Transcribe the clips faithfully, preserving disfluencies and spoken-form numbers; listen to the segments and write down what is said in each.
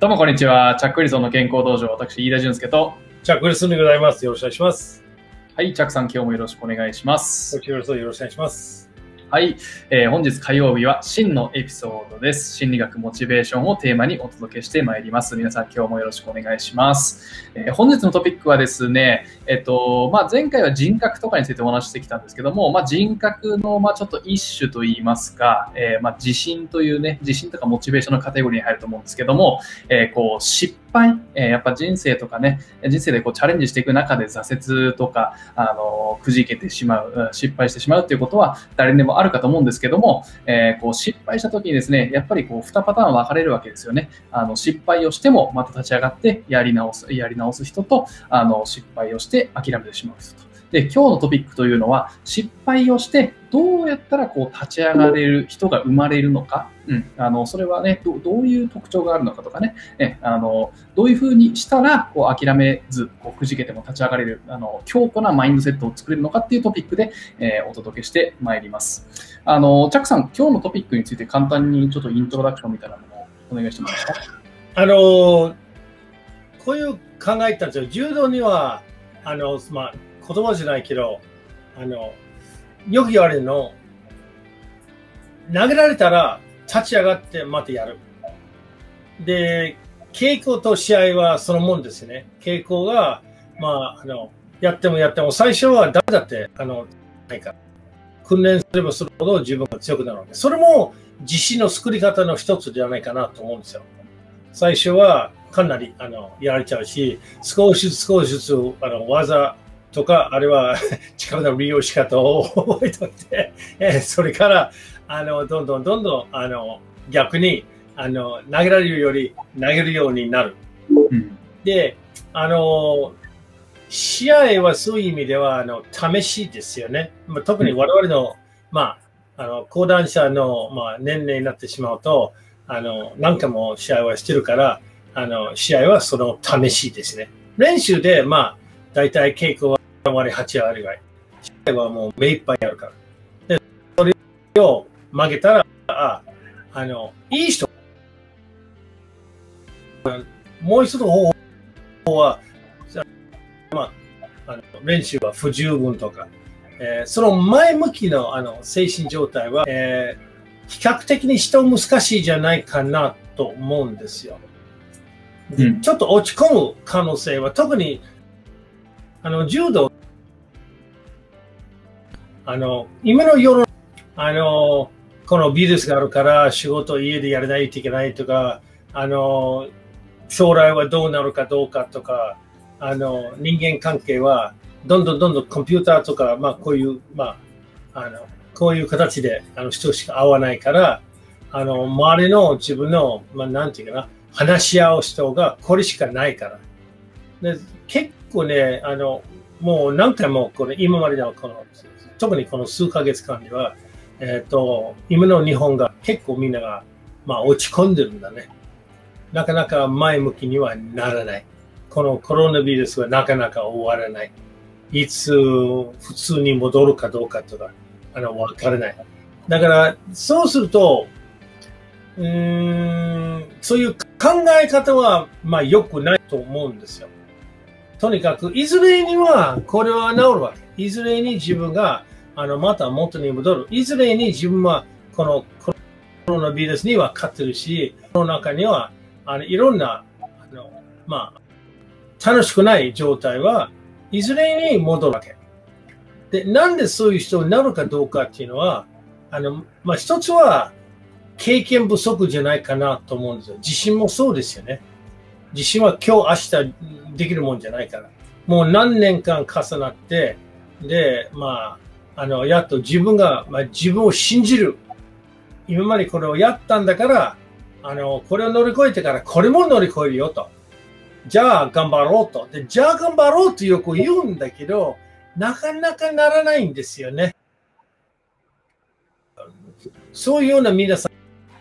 どうもこんにちは。チャック・ウィルソンの健康道場、私、飯田俊介と、 チャック・ウィルソンでございます。よろしくお願いします。 はい、チャックさん、今日もよろしくお願いします。 よろしくお願いします。 はい、えー、本日火曜日は真のエピソードです。心理学モチベーションをテーマにお届けしてまいります。皆さん今日もよろしくお願いします。えー、本日のトピックはですね、えっとまあ、前回は人格とかについてお話してきたんですけども、まあ、人格のまあちょっと一種といいますか、えー、まあ自信というね、自信とかモチベーションのカテゴリーに入ると思うんですけども、えー、こう失敗、えー、やっぱ人生とかね、人生でこうチャレンジしていく中で挫折とか、あのくじけてしまう、失敗してしまうということは誰にでもあるかと思うんですけども、えー、こう失敗した時にですね、やっぱりこうにパターン分かれるわけですよね。あの失敗をしてもまた立ち上がってやり直す、やり直す人と、あの失敗をして諦めてしまう人と。で、今日のトピックというのは、失敗をしてどうやったらこう立ち上がれる人が生まれるのか、うん、あのそれはねど、どういう特徴があるのかとかね、ねあのどういうふうにしたらこう諦めずこうくじけても立ち上がれるあの強固なマインドセットを作れるのかっていうトピックで、えー、お届けしてまいります。あのチャックさん、今日のトピックについて簡単にちょっとイントロダクションみたいなものをお願いしてもいいですか。 あのこういう考えたんですよ。柔道にはあの、まあ、言葉じゃないけど、あのよく言われるの、投げられたら立ち上がってまたやる。で、稽古と試合はそのもんですよね。稽古が、まあ、あのやってもやっても最初は誰だってあのないから訓練すればするほど自分が強くなるので、それも自信の作り方の一つじゃないかなと思うんですよ。最初はかなりあのやられちゃうし、少しずつ少しずつあの技とか、あれは力の利用仕方を覚えておいて、えそれからあのどんどんどんどんあの逆にあの投げられるより投げるようになる。うん、で、あの試合はそういう意味ではあの試しですよね。まあ、特に我々の、まあ、あの講談社の、まあ、年齢になってしまうと、あの何回も試合はしてるから、あの試合はその試しですね。練習で、まあ、大体稽古はなな割はち割ぐらい。試合はもう目いっぱいやるから。で、それを曲げたら、ああのいい人、もう一つの方法は、まあ、あの練習は不十分とか、えー、その前向き の, あの精神状態は、えー、比較的に人難しいじゃないかなと思うんですよ。で、うん、ちょっと落ち込む可能性は特にあの柔道、あの今の世のあのこのビジネスがあるから仕事を家でやらないといけないとか、あの将来はどうなるかどうかとか、あの人間関係はどんどんどんどんコンピューターとか、まあ、こういう、まあ、あのこういう形であの人しか会わないから、あの周りの自分の、まあ、なんていうかな、話し合う人がこれしかないから。で、結構ね、あのもう何回もこれ今までのこの特にこの数ヶ月間では、えっと今の日本が結構みんなが、まあ、落ち込んでるんだね。なかなか前向きにはならない。このコロナウイルスはなかなか終わらない。いつ普通に戻るかどうかとか、あの、わからない。だから、そうすると、うーん、そういう考え方は、まあ、良くないと思うんですよ。とにかく、いずれには、これは治るわけ。いずれに自分が、あの、また元に戻る。いずれに自分は、このコロナウイルスには勝ってるし、この中には、あの、いろんな、あの、まあ、楽しくない状態はいずれに戻るわけ。で、なんでそういう人になるかどうかっていうのは、あの、まあ、一つは経験不足じゃないかなと思うんですよ。自信もそうですよね。自信は今日、明日できるもんじゃないから。もう何年間重なって、で、まあ、あの、やっと自分が、まあ、自分を信じる。今までこれをやったんだから、あの、これを乗り越えてからこれも乗り越えるよと。じゃあ頑張ろうと。で、じゃあ頑張ろうとよく言うんだけど、なかなかならないんですよね。そういうような皆さん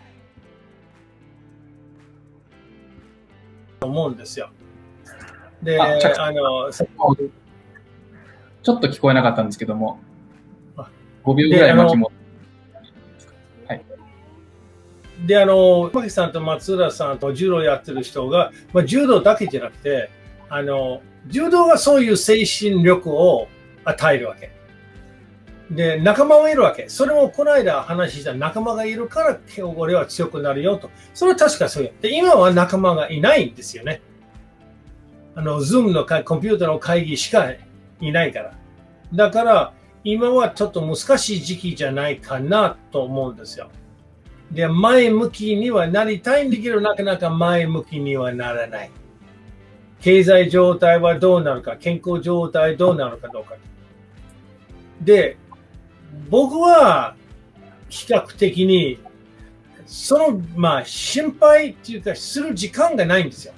思うんですよ。で、ああの、ちょっと聞こえなかったんですけども、ごびょうぐらい巻き戻。 はい。 で、あの、マキさんと松浦さんと柔道やってる人が、まあ、柔道だけじゃなくて、あの、柔道がそういう精神力を与えるわけ。で、仲間がいるわけ。それもこの間話した仲間がいるから、俺は強くなるよと。それは確かそうよ。で、今は仲間がいないんですよね。あの、Zoom の会、コンピューターの会議しかいないから。だから、今はちょっと難しい時期じゃないかなと思うんですよ。で、前向きにはなりたいんだけど、なかなか前向きにはならない。経済状態はどうなるか、健康状態どうなるかどうか。で、僕は比較的に、その、まあ、心配っていうか、する時間がないんですよ。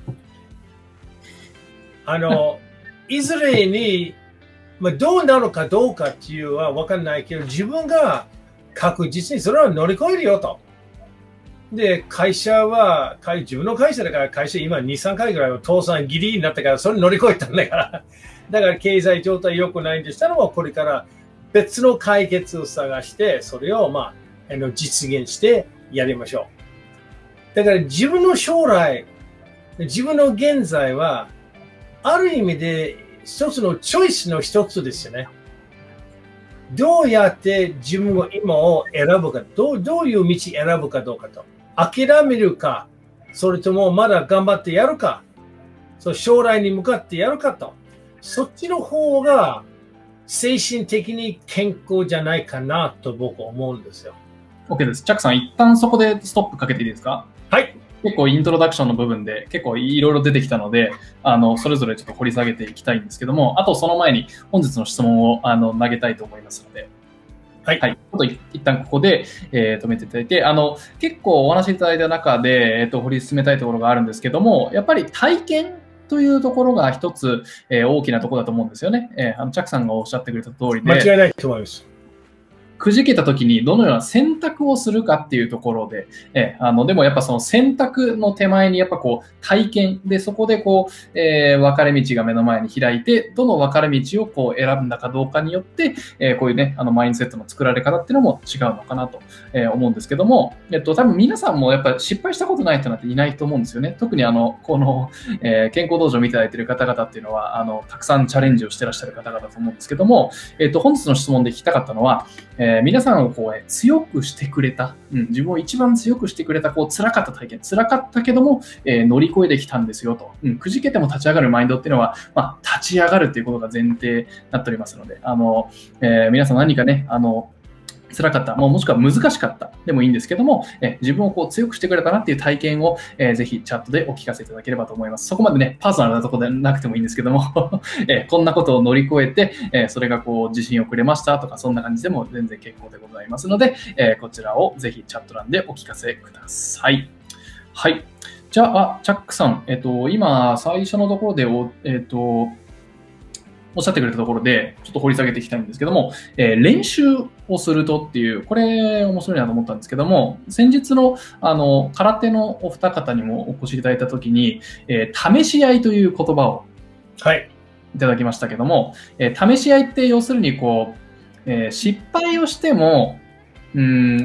あの、いずれに、まあ、どうなるかどうかっていうのは分かんないけど、自分が確実にそれは乗り越えるよと。で、会社は、自分の会社だから、会社今に、さんかいぐらいは倒産ギリギリになったから、それ乗り越えたんだから。だから経済状態良くないんでしたら、これから別の解決を探して、それをまあ、あの実現してやりましょう。だから自分の将来、自分の現在は、ある意味で一つのチョイスの一つですよね。どうやって自分の今を選ぶか、どう、どういう道選ぶかどうかと。諦めるか、それともまだ頑張ってやるか、そう将来に向かってやるかと。そっちの方が精神的に健康じゃないかなと僕は思うんですよ。 OK です。チャックさん、一旦そこでストップかけていいですか？ はい。 結構イントロダクションの部分で結構いろいろ出てきたので、あの、それぞれちょっと掘り下げていきたいんですけども、あとその前に本日の質問をあの投げたいと思いますので、はい。はい。ちょっと一旦ここで、えー、止めていただいて、あの、結構お話しいただいた中で、えっと、掘り進めたいところがあるんですけども、やっぱり体験というところが一つ、えー、大きなところだと思うんですよね。えー、あのチャックさんがおっしゃってくれた通りで。 間違いないと思います。 くじけたときにどのような選択をするかっていうところで、えあのでもやっぱその選択の手前にやっぱこう体験で、そこでこう、えー、分かれ道が目の前に開いて、どの分かれ道をこう選んだかどうかによって、えー、こういうね、あのマインドセットの作られ方っていうのも違うのかなと、えー、思うんですけども、えっと多分皆さんもやっぱ失敗したことない人なんていないと思うんですよね。特にあの、この、えー、健康道場を見ていただいている方々っていうのは、あの、たくさんチャレンジをしてらっしゃる方々だと思うんですけども、えっと本日の質問で聞きたかったのは、えー、皆さんをこう強くしてくれた、うん、自分を一番強くしてくれたこう辛かった体験、辛かったけども、えー、乗り越えてきたんですよと、うん、くじけても立ち上がるマインドっていうのは、まあ、立ち上がるっていうことが前提になっておりますので、あの、えー、皆さん何かね、あの辛かった、ももしくは難しかったでもいいんですけども、え自分をこう強くしてくれたなっていう体験を、えー、ぜひチャットでお聞かせいただければと思います。そこまでね、パーソナルなところでなくてもいいんですけども、えー、こんなことを乗り越えて、えー、それがこう自信をくれましたとか、そんな感じでも全然結構でございますので、えー、こちらをぜひチャット欄でお聞かせください。はい。じゃあ、チャックさん、えっと、今、最初のところでお、えっと、おっしゃってくれたところで、ちょっと掘り下げていきたいんですけども、えー、練習をするとっていう、これ面白いなと思ったんですけども、先日の、あの、空手のお二方にもお越しいただいたときに、えー、試し合いという言葉をいただきましたけども、えー、試し合いって要するにこう、えー、失敗をしても、うん、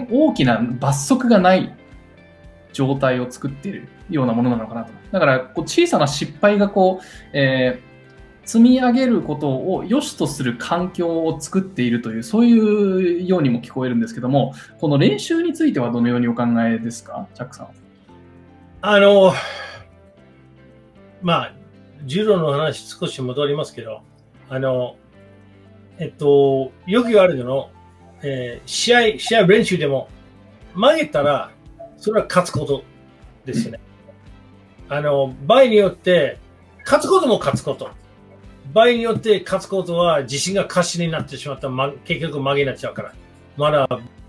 大きな罰則がない状態を作っているようなものなのかなと。だから、こう小さな失敗がこう、えー積み上げることを良しとする環境を作っているという、そういうようにも聞こえるんですけども、この練習についてはどのようにお考えですか、チャックさん。 あの、まあ、柔道の話少し戻りますけど、あの、えっと、よくあるの、えー、試合、試合練習でも曲げたら、それは勝つことですよね。あの、場合によって、勝つことも勝つこと。場合によって勝つことは自信が過信になってしまったら、ま、結局負けになっちゃうから。まだ、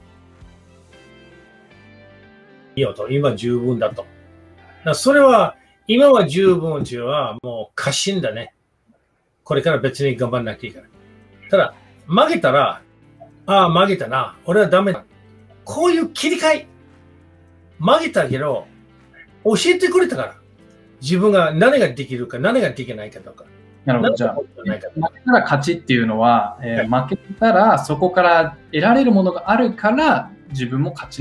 いいよと、今十分だと。だそれは、今は十分うちはもう過信だね。これから別に頑張らなきゃいいから。ただ、負けたら、ああ、負けたな。俺はダメだ。こういう切り替え。負けたけど、教えてくれたから。自分が何ができるか、何ができないかとか。 なるほど。じゃあ、負けたら勝ちっていうのは、えーはい、負けたらそこから得られるものがあるから自分も勝ちなんだ。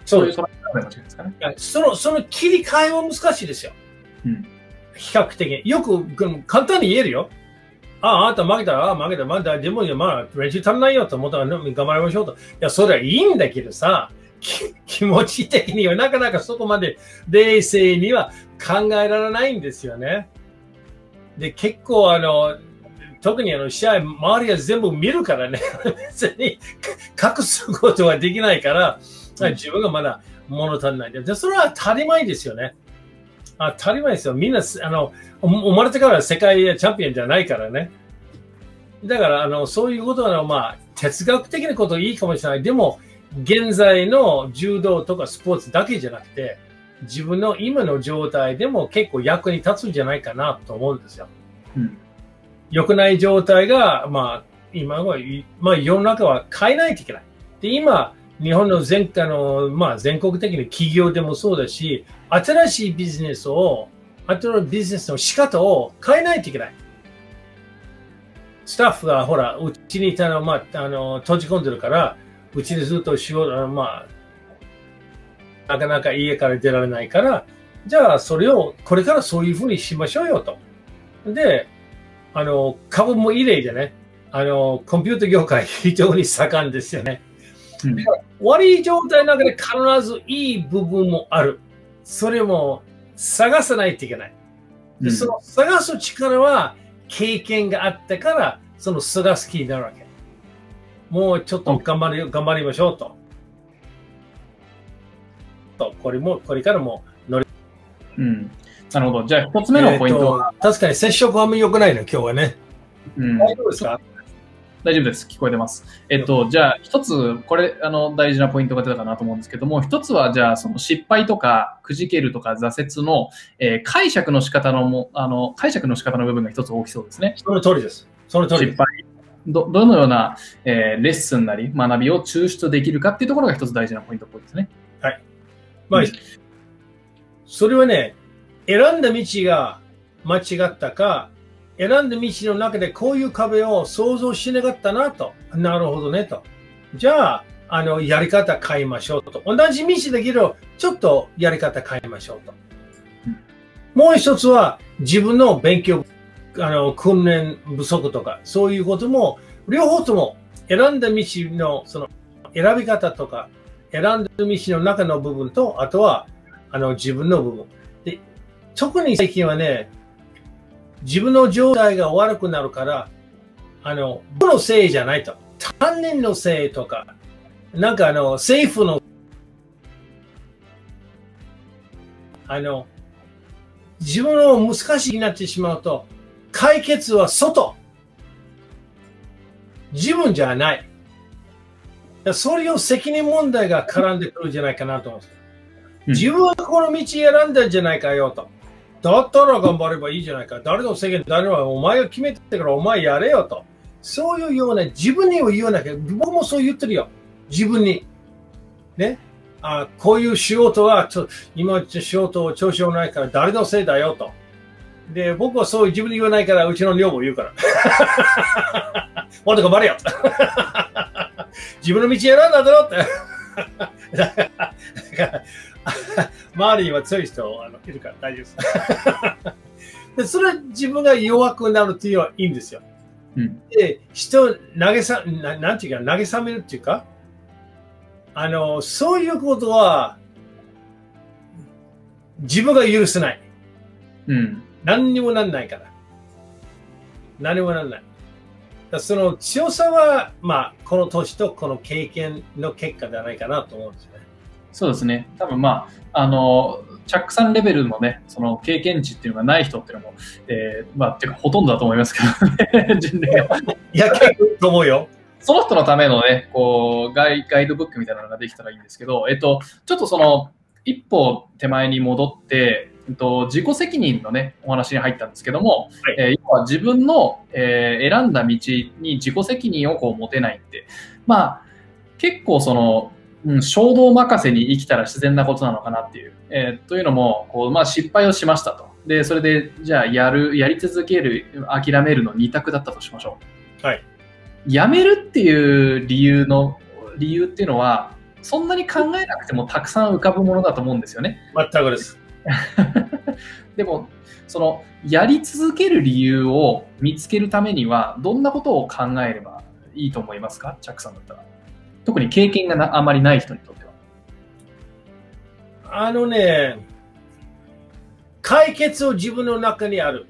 そういう捉え方が間違いですかね。 その、その切り替えは難しいですよ。 うん、 比較的に。よく簡単に言えるよ。ああ、あなた負けたら、ああ、負けたら、まあ、でも、まあ、練習足りないよと思ったら、頑張りましょうと。いや、それはいいんだけどさ、気持ち的にはなかなかそこまで冷静には考えられないんですよね。で、結構、あの、特にあの試合、周りは全部見るからね、別に隠すことはできないから、自分がまだ物足りない。で、それは当たり前ですよね。当たり前ですよ。みんな、あの、生まれてから世界チャンピオンじゃないからね。だから、あの、そういうことは、まあ、哲学的なこといいかもしれない。でも、現在の柔道とかスポーツだけじゃなくて、自分の今の状態でも結構役に立つんじゃないかなと思うんですよ。うん、良くない状態が、まあ、今は、まあ、世の中は変えないといけない。で、今、日本の全あの、まあ、全国的に企業でもそうだし、新しいビジネスを、新しいビジネスの仕方を変えないといけない。スタッフが、ほら、うちにいたの、まあ、あの、閉じ込んでるから、うちにずっと仕事、まあ、なかなか家から出られないから、じゃあ、それを、これからそういうふうにしましょうよと。で、あの、株も異例でね、あの、コンピュータ業界非常に盛んですよね。うん、悪い状態の中で必ずいい部分もある。それも探さないといけない。で、その探す力は経験があってから、その探す気になるわけ。もうちょっと頑張り、頑張りましょうと。と、これも、これからも乗り。 うん。なるほど。じゃあ一つ目のポイントは、 えー、確かに接触はあんまり良くないの、今日はね。 うん、大丈夫ですか？大丈夫です。聞こえてます。えっと、じゃあ一つ、これ、あの、大事なポイントが出たかなと思うんですけども、一つは、じゃあ、その失敗とか、くじけるとか挫折の、えー、解釈の仕方のも、あの、解釈の仕方の部分が一つ大きそうですね。 その通りです。その通りです。 失敗。ど、どのような、えー、レッスンなり、学びを抽出できるかっていうところが一つ大事なポイントっぽいですね。 はい。まあ、うん、それはね、選んだ道が間違ったか、選んだ道の中でこういう壁を想像しなかったなと。なるほどねと。じゃあ、あの、やり方変えましょうと。同じ道だけど、ちょっとやり方変えましょうと。うん、もう一つは、自分の勉強、あの、訓練不足とか、そういうことも、両方とも選んだ道の、その、選び方とか、選んだ道の中の部分と、あとは、あの、自分の部分。で、特に最近はね、自分の状態が悪くなるから、あの、僕のせいじゃないと。他人のせいとか、なんかあの、政府の、あの、自分の難しいになってしまうと、解決は外。自分じゃない。それを責任問題が絡んでくるんじゃないかなと思うんです。自分はこの道選んだんじゃないかよと。だったら頑張ればいいじゃないか。誰の責任、誰の、お前が決めてからお前やれよと。そういうような、自分に言うような、僕もそう言ってるよ。自分に。ね。あ、こういう仕事は、ちょ今仕事調子がないから誰のせいだよと。で、僕はそう自分に言わないから、うちの女房言うから。もっと頑張れよ。自分の道選んだだろって。だから周りには強い人あのいるから大丈夫ですで。それは自分が弱くなるっていうのはいいんですよ。うん、で、人を投げさな、なんていうか、慰めるっていうか、あの、そういうことは自分が許せない。うん。何にもなんないから。何もなんない。だその強さは、まあ、この年とこの経験の結果じゃないかなと思うんですよね。 そうですね。多分まあ、あの、チャックさんレベルのね、その経験値っていうのがない人っていうのも、えー、まあ、っていうかほとんどだと思いますけどね、人類が。 いや、結構と思うよ。 その人のためのね、こうガイ、ガイドブックみたいなのができたらいいんですけど、えっと、ちょっとその、一歩手前に戻って、えっと、自己責任のね、お話に入ったんですけども、はい、えー、要は自分の、えー、選んだ道に自己責任をこう持てないって、まあ、結構その、うん、衝動任せに生きたら自然なことなのかなっていう、えー、というのもこう、まあ、失敗をしましたと。で、それでじゃあやる、やり続ける、諦めるの二択だったとしましょう。 はい。 やめるっていう理由の理由っていうのは、 そんなに考えなくてもたくさん浮かぶものだと思うんですよね。 全くです。 でも、その、やり続ける理由を見つけるためには、どんなことを考えればいいと思いますか、チャックさんだったら。特に経験がなあまりない人にとっては。 あのね、解決を自分の中にある。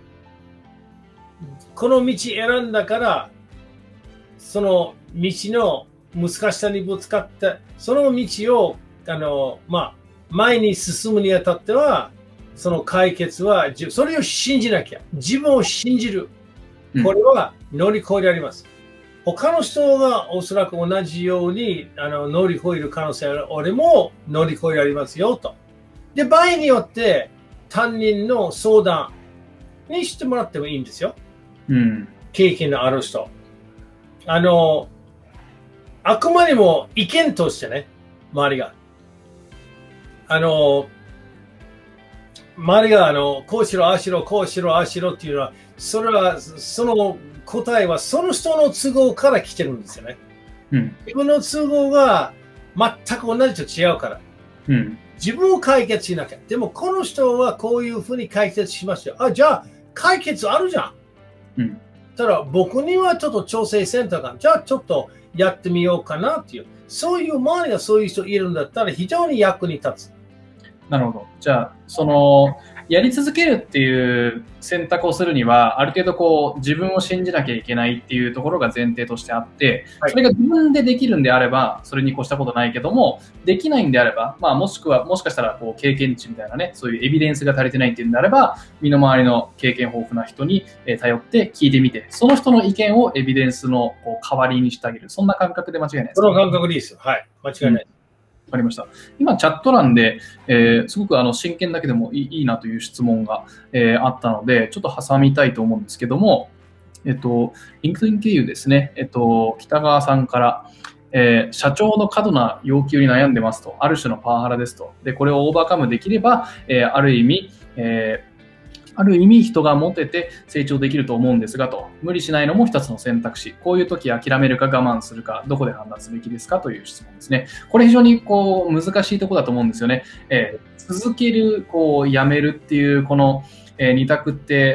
この道選んだから、その道の難しさにぶつかって、その道を、あの、まあ、前に進むにあたっては、その解決は、それを信じなきゃ。自分を信じる。これは乗り越えられます。うん、他の人がおそらく同じようにあの乗り越える可能性ある。俺も乗り越えられますよと。で、場合によって担任の相談にしてもらってもいいんですよ。 うん、 経験のある人。あの、あくまでも意見としてね、周りが。あの、周りがあのこうしろ、ああしろ、こうしろ、ああしろっていうのは、それは、その答えはその人の都合から来てるんですよね。うん、自分の都合が全く同じと違うから。うん、自分を解決しなきゃ。でもこの人はこういうふうに解決しますよ。あ、じゃあ解決あるじゃん。うん、ただ僕にはちょっと調整センターが、じゃあちょっとやってみようかなっていう。そういう周りがそういう人いるんだったら非常に役に立つ。 なるほど。じゃあ、その、やり続けるっていう選択をするには、ある程度こう、自分を信じなきゃいけないっていうところが前提としてあって、はい、それが自分でできるんであれば、それに越したことないけども、できないんであれば、まあ、もしくは、もしかしたらこう経験値みたいなね、そういうエビデンスが足りてないっていうんであれば、身の回りの経験豊富な人に頼って聞いてみて、その人の意見をエビデンスのこう代わりにしてあげる。そんな感覚で間違いないですか？ その感覚でいいですよ。はい。間違いない。うん、 わかりました。今、チャット欄で、えー、すごくあの真剣だけでもいい、いいなという質問が、えー、あったので、ちょっと挟みたいと思うんですけども、えっと、リンクトイン経由ですね、えっと、北川さんから、えー、社長の過度な要求に悩んでますと、ある種のパワハラですと。で、これをオーバーカムできれば、えー、ある意味、えーある意味人がモテて成長できると思うんですがと、無理しないのも一つの選択肢。こういう時諦めるか我慢するか、どこで判断すべきですかという質問ですね。これ非常にこう難しいところだと思うんですよね。えー、続ける、こうやめるっていうこの、えー、二択って、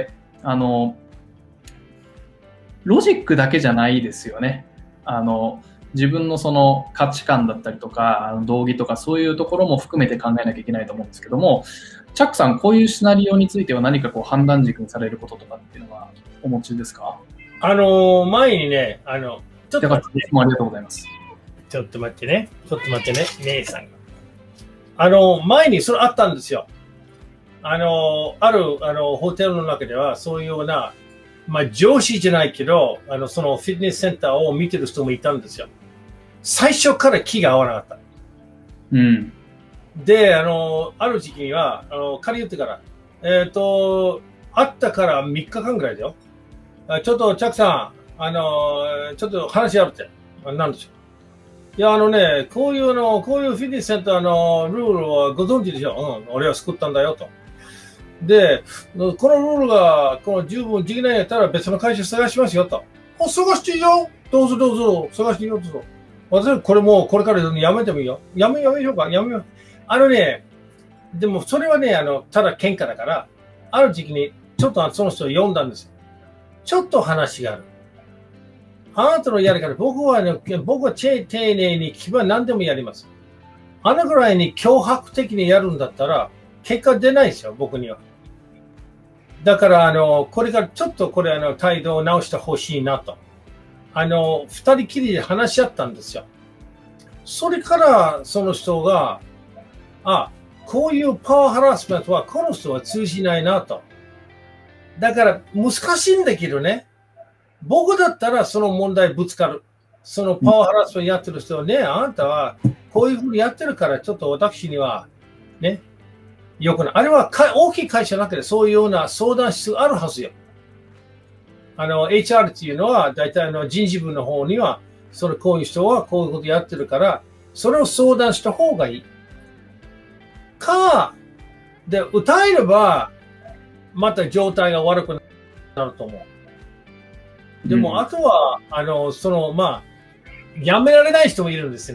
あの、ロジックだけじゃないですよね。あの、自分のその価値観だったりとか、あの道義とかそういうところも含めて考えなきゃいけないと思うんですけども、チャックさん、こういうシナリオについては何かこう判断軸にされることとかっていうのはお持ちですか？ あのー、前にね、あの、 ちょっと待って、いつもありがとうございます。 ちょっと待ってね、ちょっと待ってね、姉さんが。あの、前にそれあったんですよ。あの、ある、あの、ホテルの中では、そういうような、まあ、上司じゃないけど、あの、そのフィットネスセンターを見てる人もいたんですよ。最初から気が合わなかった。 うん。 で、あの、ある時期には、あの、彼言ってから、えっと、会ったからみっかかんぐらいだよ。ちょっと、チャックさん、あの、ちょっと話あるって。なんでしょう。いや、あのね、こういうの、こういうフィットネスセンターのルールはご存知でしょ。うん、俺は作ったんだよと。で、このルールが、この十分できないんやったら別の会社探しますよと。あ、探していいよ。どうぞどうぞ。探していいよ、どうぞ。私はこれもうこれからやめてもいいよ。やめ、やめようか。やめよう。あのね、でもそれはね、あの、ただ喧嘩だから、ある時期にちょっとその人を呼んだんですよ。ちょっと話がある。あなたのやり方、僕はね、僕は丁寧に聞けば何でもやります。あのぐらいに脅迫的にやるんだったら、結果出ないですよ、僕には。だから、あの、これからちょっとこれ、あの、態度を直してほしいなと。あの、二人きりで話し合ったんですよ。それから、その人が、あ、こういうパワーハラスメントはこの人は通じないなと。だから難しいんだけどね、僕だったらその問題ぶつかる。そのパワーハラスメントやってる人はね、あなたはこういうふうにやってるからちょっと私にはね、よくない。あれは大きい会社の中でそういうような相談室があるはずよ。あの、エイチアール っていうのは大体あの人事部の方には、それこういう人はこういうことやってるから、それを相談した方がいい。か、で、歌えれば、また状態が悪くなると思う。でも、うん、あとは、あの、その、まあ、やめられない人もいるんですよね。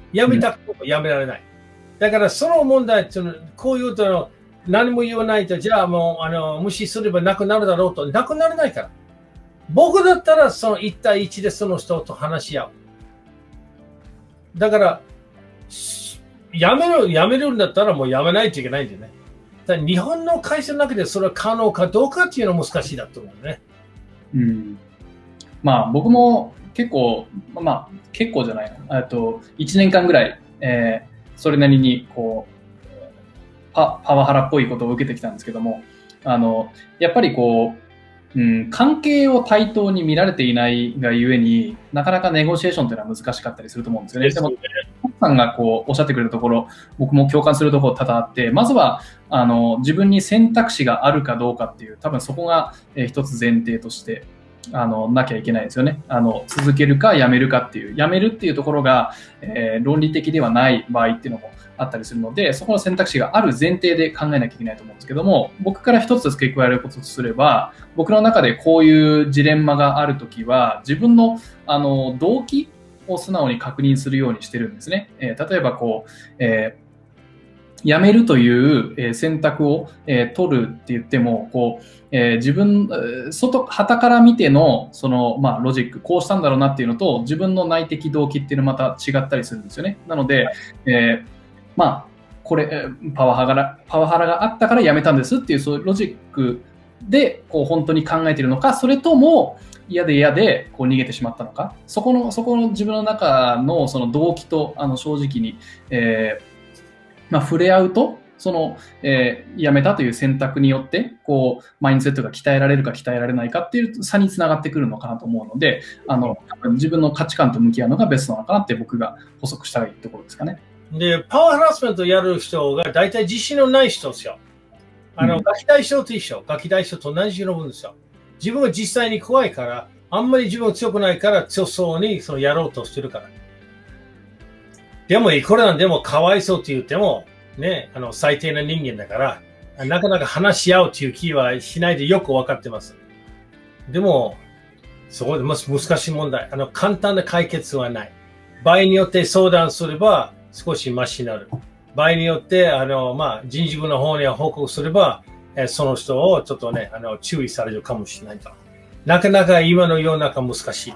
やめたくてもやめられない。だからその問題、そのこういうと何も言わないと、じゃあもうあの無視すればなくなるだろうと、なくならないから。僕だったらそのいち対いちでその人と話し合う。だから、やめる、やめるんだったらもうやめないといけないんだよね。だ日本の会社の中でそれは可能かどうかっていうのは難しいだと思うね。 うん。まあ僕も結構、まあ結構じゃないな。といちねんかんぐらい、えー、それなりにこうパ、パワハラっぽいことを受けてきたんですけども、あの、やっぱりこう、うん、関係を対等に見られていないがゆえになかなかネゴシエーションというのは難しかったりすると思うんですよね。でも、奥さんがこうおっしゃってくれるところ、僕も共感するところ多々あって、まずはあの自分に選択肢があるかどうかっていう、多分そこが、えー、一つ前提としてあのなきゃいけないですよね。あの続けるかやめるかっていう、やめるっていうところが、えー、論理的ではない場合っていうのもあったりするので、そこの選択肢がある前提で考えなきゃいけないと思うんですけども、僕から一つ付け加えることとすれば、僕の中でこういうジレンマがあるときは、自分のあの動機を素直に確認するようにしてるんですね。えー、例えばこう、えー辞めるという選択を取るって言っても、こう、えー、自分、外、傍から見ての、その、まあ、ロジック、こうしたんだろうなっていうのと、自分の内的動機っていうのはまた違ったりするんですよね。なので、えー、まあ、これ、パワハラ、パワハラがあったから辞めたんですっていう、そういうロジックで、こう、本当に考えているのか、それとも、嫌で嫌でこう逃げてしまったのか、そこの、そこの自分の中のその動機と、あの、正直に、えーまあ、触れ合うと、その、えー、辞めたという選択によって、こう、マインドセットが鍛えられるか鍛えられないかっていう差につながってくるのかなと思うので、あの、自分の価値観と向き合うのがベストなのかなって僕が補足したいところですかね。 で、パワーハラスメントやる人が大体自信のない人ですよ。あの、うん、ガキ大将と一緒。ガキ大将と同じようなもんですよ。自分が実際に怖いから、あんまり自分が強くないから強そうにそのやろうとしてるから。でも、いくらなんでもかわいそうって言っても、ね、あの、最低な人間だから、なかなか話し合うっていう気はしないでよくわかってます。でも、そこで難しい問題。あの、簡単な解決はない。場合によって相談すれば少しマシになる。場合によって、あの、まあ、人事部の方に報告すれば、えその人をちょっとね、あの、注意されるかもしれないと。なかなか今の世の中難しい。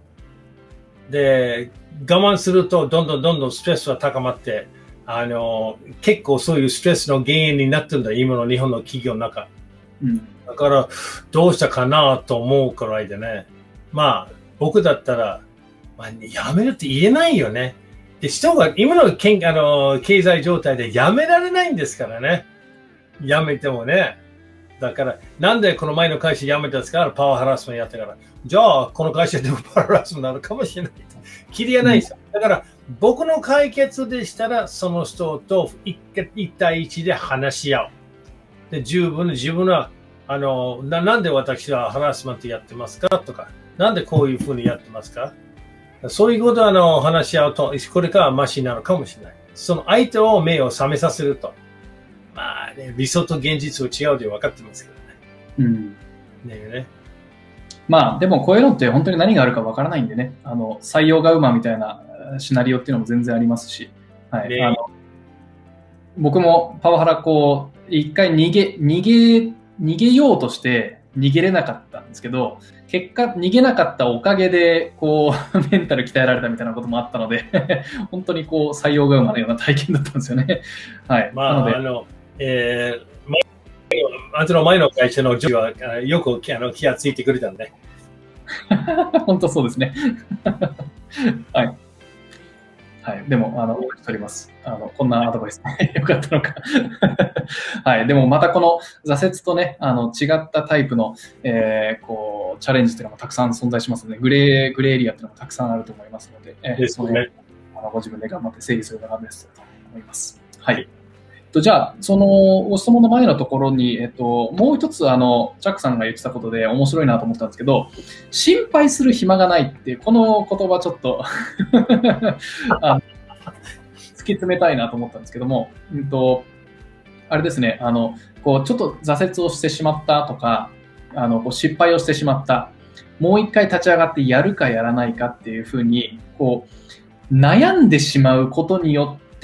で、我慢するとどんどんどんどんストレスは高まって、あの、結構そういうストレスの原因になってるんだ、今の日本の企業の中。うん、だから、どうしたかなと思うくらいでね。まあ、僕だったら、まあ、やめるって言えないよね。で、人が今のけんあの経済状態でやめられないんですからね。やめてもね。だから、なんでこの前の会社辞めたんですか？パワーハラスメントやったから。じゃあ、この会社でもパワーハラスメントになるかもしれない。きりがないですよ。だから、僕の解決でしたら、その人と一対一で話し合う。で、十分に自分は、あの、な、なんで私はハラスメントやってますかとか、なんでこういうふうにやってますか？そういうことをあの話し合うと、これからマシになるかもしれない。その相手を目を覚めさせると。まあね、理想と現実は違うで分かってますけどね。うん。ねね。 まあ、でもこういうのって本当に何があるか分からないんでね、あの、採用が馬みたいなシナリオっていうのも全然ありますし、はい。ね、あの僕もパワハラこう、一回逃げ、逃げ、逃げようとして逃げれなかったんですけど、結果逃げなかったおかげでこうメンタル鍛えられたみたいなこともあったので本当にこう採用が馬のような体験だったんですよね。はい。 まあ、なのであの、えー、あとの前の会社の上司はよくあの気がついてくれたんで。 本当そうですね。はい。はい。でも、あの、お待ちしております。あの、こんなアドバイスよかったのか。はい。でも、またこの挫折とね、あの、違ったタイプの、えー、こう、チャレンジっていうのもたくさん存在しますので、グレー、グレーエリアっていうのもたくさんあると思いますので、えー、その辺、あの、ご自分で頑張って整理するのがベストだと思います。はい。じゃあ、そのご質問の前のところに、えっと、もう一つ、あの、チャックさんが言ってたことで面白いなと思ったんですけど、心配する暇がないっていう、この言葉ちょっとあ突き詰めたいなと思ったんですけども、うんと、あれですね、あの、こう、ちょっと挫折をしてしまったとか、あの、こう失敗をしてしまった、もう一回立ち上がってやるかやらないかっていうふうに、こう、 悩んでしまうことによって、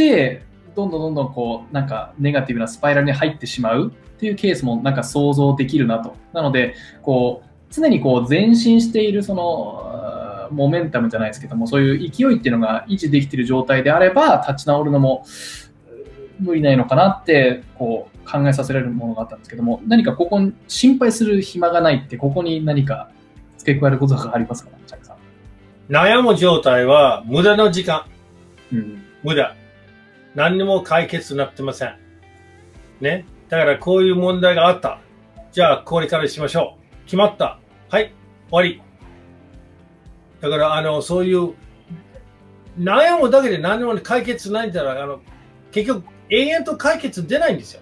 どんどんどんどんこう、なんかネガティブなスパイラルに入ってしまうっていうケースもなんか想像できるなと。なので、こう、常にこう前進しているその、モメンタムじゃないですけども、そういう勢いっていうのが維持できている状態であれば、立ち直るのも無理ないのかなって、こう、考えさせられるものがあったんですけども、何かここに心配する暇がないって、ここに何か付け加えることがありますか、チャックさん。 悩む状態は無駄の時間。 うん、 無駄。何にも解決になってません。ね。だからこういう問題があった。じゃあこれからしましょう。決まった。はい。終わり。だからあの、そういう悩むだけで何も解決ないんだら、あの、結局永遠と解決出ないんですよ。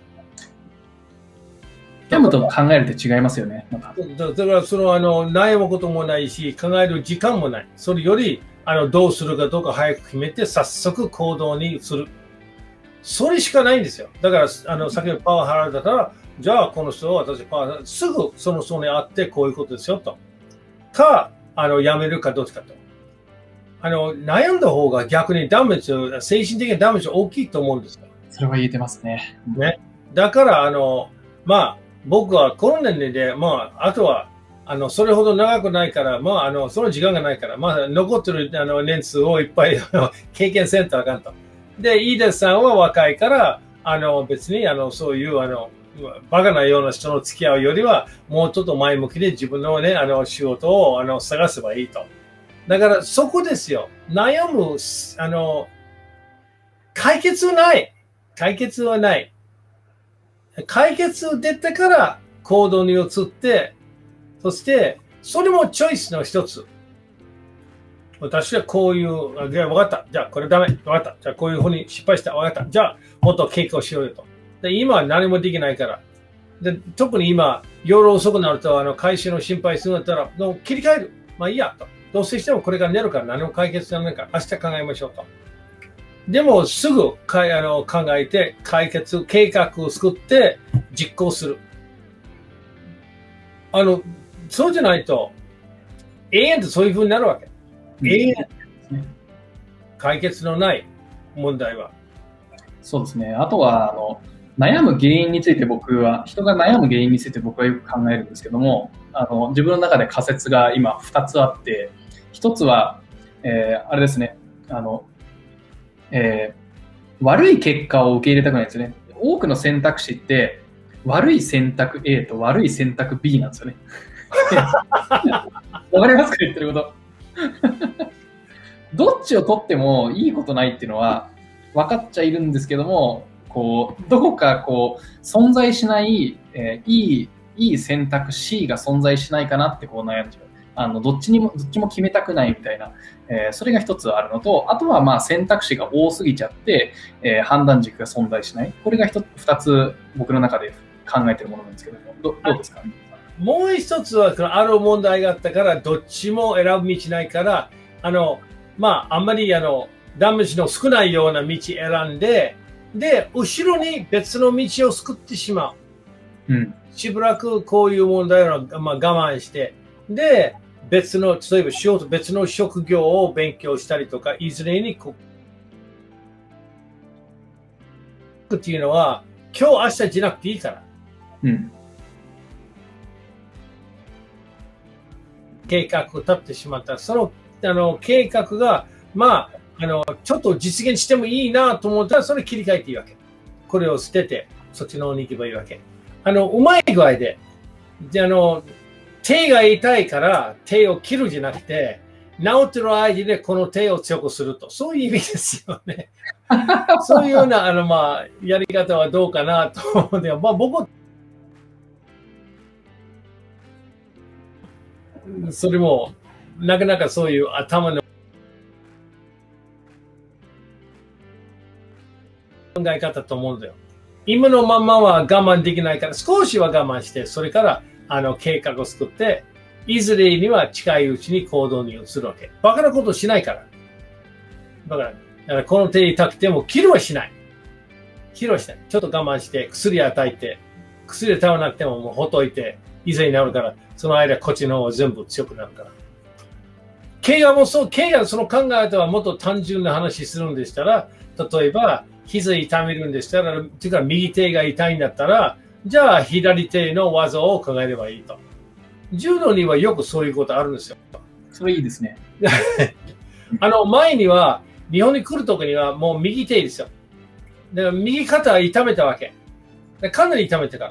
読むと考えるって違いますよね。なんかだからそのあの悩むこともないし、考える時間もない。それよりあのどうするかどうか早く決めて、早速行動にする。それしかないんですよ。だからあの先ほどパワハラだったら、じゃあこの人は私パワハラ、すぐその人に会ってこういうことですよと。か、あのやめるかどっちかと。あの悩んだ方が逆にダメージ、精神的なダメージ大きいと思うんですよ。 それは言えてますね。 ね。だからあの、まあ、僕はこの年齢で、まあ、あとは、あの、それほど長くないから、まあ、あの、その時間がないから、まあ、残ってるあの年数をいっぱい経験せんとあかんと。で、飯田さんは若いから、あの、別に、あの、そういう、あの、バカなような人の付き合うよりは、もうちょっと前向きで自分のね、あの、仕事を、あの、探せばいいと。だから、そこですよ。悩む、あの、解決はない。解決はない。解決出てから行動に移って、そして、それもチョイスの一つ。私はこういう、じゃあ分かった。じゃあこれダメ。分かった。じゃあこういうふうに失敗した。分かった。じゃあもっと稽古しようよと。で今は何もできないから。で特に今、夜遅くなると、あの会社の心配するんだったら、もう切り替える。まあいいやと。どうせしてもこれから寝るから何も解決されないから、明日考えましょうと。でもすぐかあの考えて解決計画を作って実行する。あのそうじゃないと永遠とそういう風になるわけ。永遠、うん、解決のない問題は。 そうですね。あとはあの悩む原因について僕は人が悩む原因について僕はよく考えるんですけども、あの自分の中で仮説が今ふたつあって、ひとつは、えー、あれですね。あのえー、悪い結果を受け入れたくないんですよね。多くの選択肢って悪い選択 A と悪い選択 B なんですよね。わかりますか言ってること。どっちを取ってもいいことないっていうのは分かっちゃいるんですけども、こうどこかこう存在しない、えー、いいいい選択 C が存在しないかなってこう悩んじゃう。あのどっちにもどっちも決めたくないみたいな、えー、それが一つあるのと、あとはまあ選択肢が多すぎちゃって、えー、判断軸が存在しない。これが一つ二つ僕の中で考えているものなんですけども、ど, どうですか、ね、 もう一つはある問題があったからどっちも選ぶ道ないから、あのまああんまりあのダメージの少ないような道選んで、で後ろに別の道を作ってしまう。うん、しばらくこういう問題を、まあ、我慢して、で別の、例えば仕事、別の職業を勉強したりとか、いずれにこう、っていうのは、今日明日じゃなくていいから。うん。計画を立ってしまった。その、あの、計画が、まあ、あの、ちょっと実現してもいいなと思ったら、それ切り替えていいわけ。これを捨てて、そっちの方に行けばいいわけ。あの、うまい具合で、で、あの、手が痛いから手を切るじゃなくて、治ってる間でこの手を強くすると。そういう意味ですよね。そういうような、あの、まあ、やり方はどうかなと思うんで、まあ、僕、それも、なかなかそういう頭の考え方と思うんだよ。今のままは我慢できないから、少しは我慢して、それから、あの、計画を作って、いずれには近いうちに行動に移るわけ。バカなことしないから。だから、だからこの手痛くても切るはしない。切るはしない。ちょっと我慢して、薬与えて、薬で食べなくてももうほっといて、いずれになるから、その間こっちの方は全部強くなるから。 怪我もそう、怪我その考え方はもっと単純な話するんでしたら、例えば、膝痛めるんでしたら、というか右手が痛いんだったら、じゃあ左手の技を考えればいいと。柔道にはよくそういうことあるんですよ。 それいいですね。 あの前には、日本に来るときにはもう右手ですよ。で右肩は痛めたわけ。でかなり痛めてから。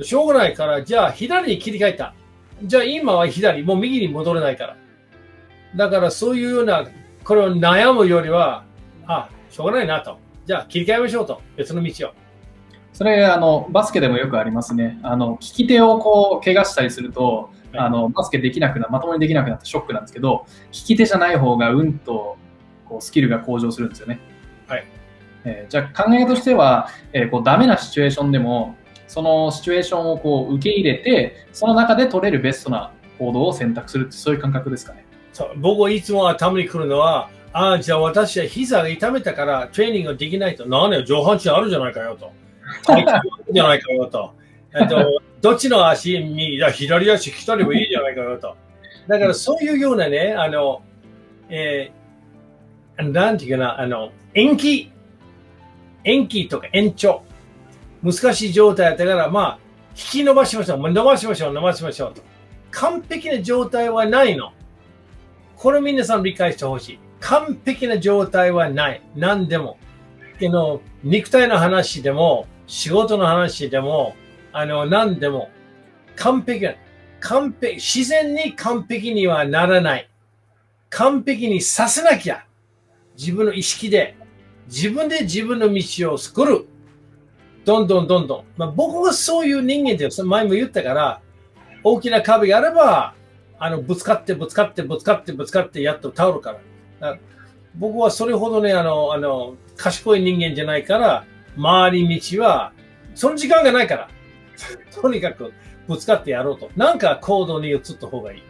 しょうがないから、じゃあ左に切り替えた。じゃあ今は左、もう右に戻れないから。だからそういうような、これを悩むよりは、あ、しょうがないなと。じゃあ切り替えましょうと。別の道を。 それあのバスケでもよくありますね。あの利き手をこう怪我したりすると、はい、あのバスケできなくなまともにできなくなってショックなんですけど、利き手じゃない方がうんとこうスキルが向上するんですよね。 はい。 えー、じゃあ考えとしては、えー、こうダメなシチュエーションでもそのシチュエーションをこう受け入れて、その中で取れるベストな行動を選択するってそういう感覚ですかね。 そう僕はいつも頭に来るのは、ああじゃあ私は膝が痛めたからトレーニングができないと、なんで上半身あるじゃないかよと。じゃないかよと。えっと、どっちの足に、左足来たればいいじゃないかよと。だからそういうようなね、あの、えー、なんていうかな、あの、延期、延期とか延長、難しい状態だったから、まあ、引き伸ばしましょう、伸ばしましょう、伸ばしましょうと。完璧な状態はないの。これ皆さん理解してほしい。完璧な状態はない。何でも。の肉体の話でも、仕事の話でも、あの、何でも、完璧な、完璧、自然に完璧にはならない。完璧にさせなきゃ。自分の意識で、自分で自分の道を作る。どんどんどんどん。まあ、僕はそういう人間です。前も言ったから、大きな壁があれば、あの、ぶつかってぶつかってぶつかってぶつかってやっと倒るから。だから僕はそれほどね、あの、あの、賢い人間じゃないから、回り道は、その時間がないから、とにかくぶつかってやろうと。なんか行動に移った方がいい。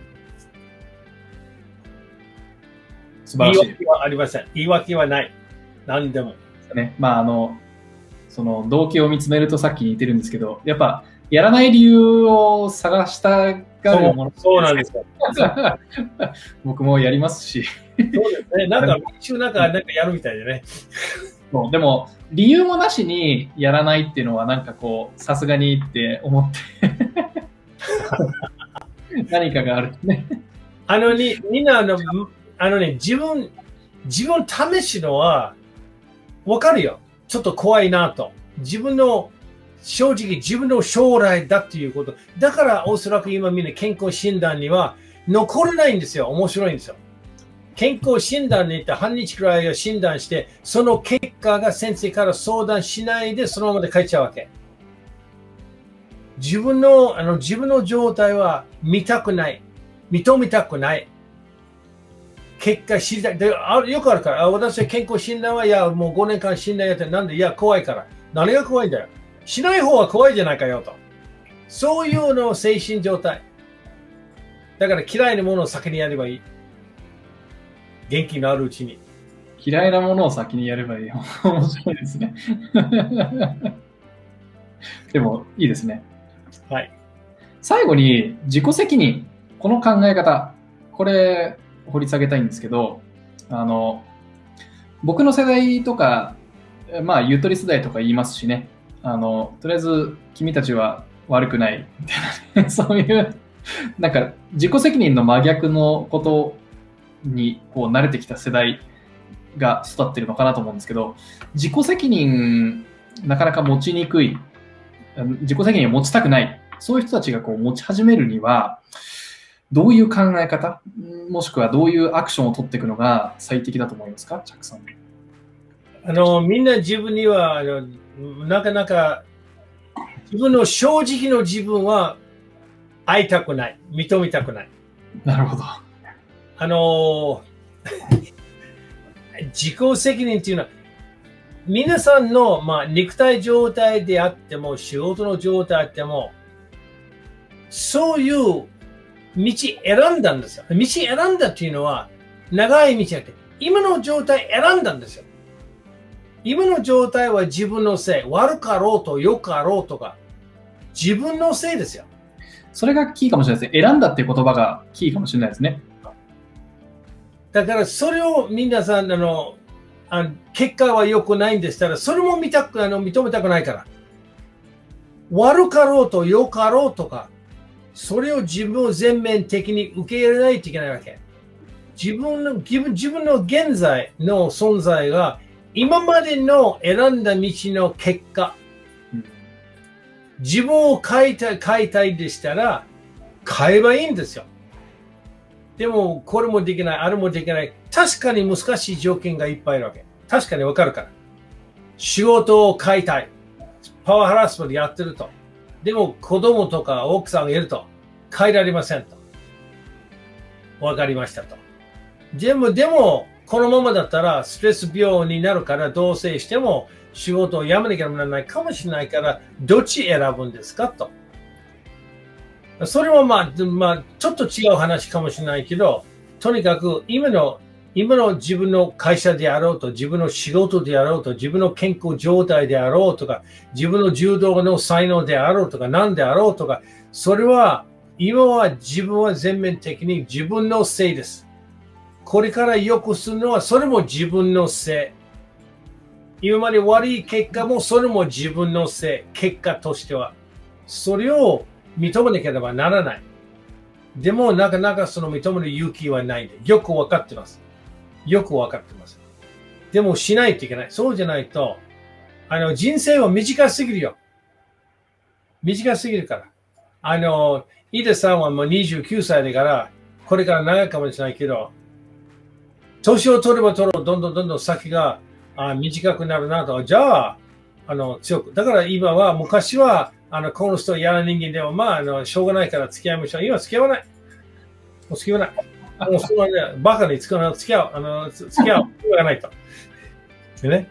素晴らしい。 言い訳はありません。言い訳はない。何でも。 ね、まあ、あの、その動機を見つめるとさっき言ってるんですけど、やっぱ、やらない理由を探したがるもの。 そうなんですよ。 僕もやりますし。 そうですね。なんか、毎週なんか、なんかやるみたいでね。 そうでも、理由もなしにやらないっていうのは、なんかこう、さすがにって思って。何かがあるね。 あのに、みんなあの、あのね、自分、自分試すのは、わかるよ。ちょっと怖いなと。自分の、正直自分の将来だっていうこと。だからおそらく今みんな健康診断には残れないんですよ。面白いんですよ。健康診断に行って半日くらいを診断して、その結果が先生から相談しないでそのままで帰っちゃうわけ。自分の、あの自分の状態は見たくない。認めたくない。結果知りたい。であよくあるから、あ私は健康診断は、いや、もうごねんかん診断やって、なんで、いや、怖いから。何が怖いんだよ。しない方は怖いじゃないかよと。そういうの精神状態。だから嫌いなものを先にやればいい。元気のあるうちに。 嫌いなものを先にやればいい。面白いですね。でも、いいですね。 はい。 最後に、自己責任。この考え方。これ、掘り下げたいんですけど、あの、僕の世代とか、まあ、ゆとり世代とか言いますしね。あの、とりあえず、君たちは悪くない。みたいな、ね、そういう、なんか、自己責任の真逆のことに、こう、慣れてきた世代が育ってるのかなと思うんですけど、自己責任、なかなか持ちにくい。自己責任を持ちたくない。そういう人たちがこう持ち始めるには、どういう考え方、もしくはどういうアクションを取っていくのが最適だと思いますか、チャックさん。 あの、みんな自分には、あの、なかなか自分の正直の自分は会いたくない。認めたくない。 なるほど。 あの、自己責任っていうのは、皆さんの、まあ、肉体状態であっても、仕事の状態であっても、そういう道選んだんですよ。道選んだっていうのは、長い道じゃなくて、今の状態選んだんですよ。今の状態は自分のせい。悪かろうと良かろうとか、自分のせいですよ。 それがキーかもしれないですね。選んだっていう言葉がキーかもしれないですね。 だからそれを皆さん、あの、あの結果は良くないんでしたら、それも見たくあの認めたくないから。悪かろうと良かろうとか、それを自分を全面的に受け入れないといけないわけ。自分の、自分自分の現在の存在が今までの選んだ道の結果、自分を変えたい、変えたいでしたら変えばいいんですよ。でも、これもできない、あれもできない。確かに難しい条件がいっぱいあるわけ。確かにわかるから。仕事を変えたい。パワーハラスメントやってると。でも、子供とか奥さんがいると。変えられませんと。わかりましたと。でも、でも、このままだったらストレス病になるから、同棲しても仕事を辞めなきゃならないかもしれないから、どっち選ぶんですかと。それはまあ、まあ、ちょっと違う話かもしれないけど、とにかく今の、今の自分の会社であろうと、自分の仕事であろうと、自分の健康状態であろうとか、自分の柔道の才能であろうとか、何であろうとか、それは、今は自分は全面的に自分のせいです。これから良くするのは、それも自分のせい。今まで悪い結果も、それも自分のせい。結果としては。それを認めなければならない。でも、なかなかその認める勇気はないんで、よくわかってます。よくわかってます。でも、しないといけない。そうじゃないと、あの、人生は短すぎるよ。短すぎるから。あの、井出さんはもうにじゅうきゅうさいだから、これから長いかもしれないけど、年を取れば取るどんどんどんどん先があ短くなるなと。じゃあ、あの、強く。だから今は、昔は、あの、この人嫌な人間でも、まあ、あの、しょうがないから付き合いましょう。今付き合わない。もう付き合わない。もうそのね、バカに付き合う、付き合う、あの、付き合う、言わないと。でね。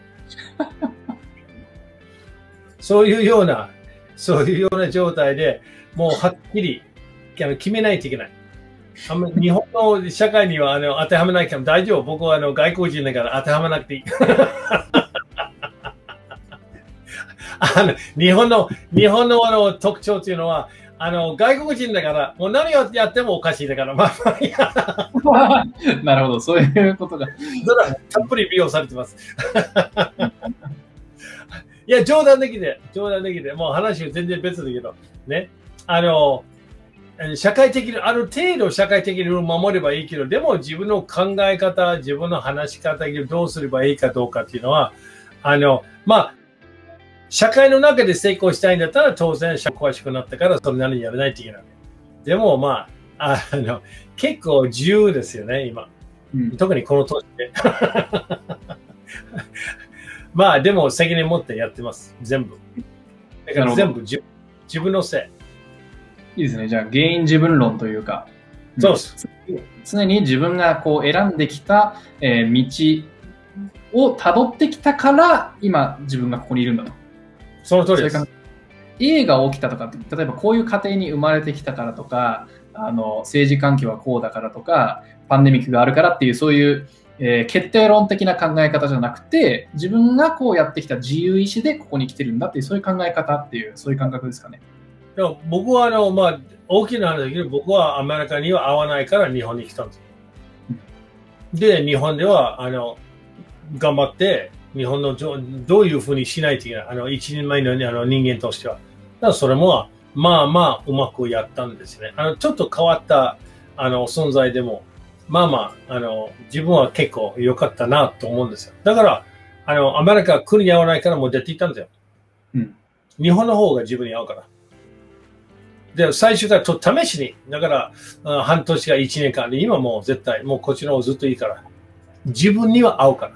そういうような、そういうような状態でもうはっきりあの決めないといけない。あんまり日本の社会にはあの当てはめないけど大丈夫。僕はあの外国人だから当てはめなくていい。あの日本の、日本のあの特徴というのは、あの外国人だから、もう何をやってもおかしいだから、まあまあいや。 なるほど、そういうことが。 それはたっぷり利用されてます。いや、冗談的で、冗談的で、もう話は全然別だけど、ね。あの、社会的に、ある程度社会的に守ればいいけど、でも自分の考え方、自分の話し方、どうすればいいかどうかっていうのは、あの、まあ、社会の中で成功したいんだったら、当然、詳しくなったから、それなりにやらないといけない。でも、まあ、あの、結構自由ですよね、今。うん、特にこの年で。まあ、でも責任持ってやってます。全部。だから全部自分のせい。いいですね。じゃあ、原因自分論というか。 そうです。 常に自分がこう選んできた、えー、道を辿ってきたから、今、自分がここにいるんだと。 その通りです。 A が起きたとか、例えばこういう家庭に生まれてきたからとか、あの政治環境はこうだからとか、パンデミックがあるからっていう、そういう、えー、決定論的な考え方じゃなくて、自分がこうやってきた自由意志でここに来てるんだっていう、そういう考え方っていう、そういう感覚ですかね。 でも僕はあの、まあ、大きな話だけど、僕はアメリカには合わないから日本に来たんですよ。で、日本ではあの頑張って、日本のどういうふうにしないといけない、あの一人前の、あの人間としては。だからそれも、まあまあうまくやったんですね。あのちょっと変わったあの存在でも、まあまあ、あの自分は結構良かったなと思うんですよ。だから、あのアメリカは国に合わないからもう出ていったんですよ。うん、日本の方が自分に合うから。で、最初からと試しに、だから、半年かいちねんかんで、今もう絶対、もうこっちの方ずっといいから。自分には合うから。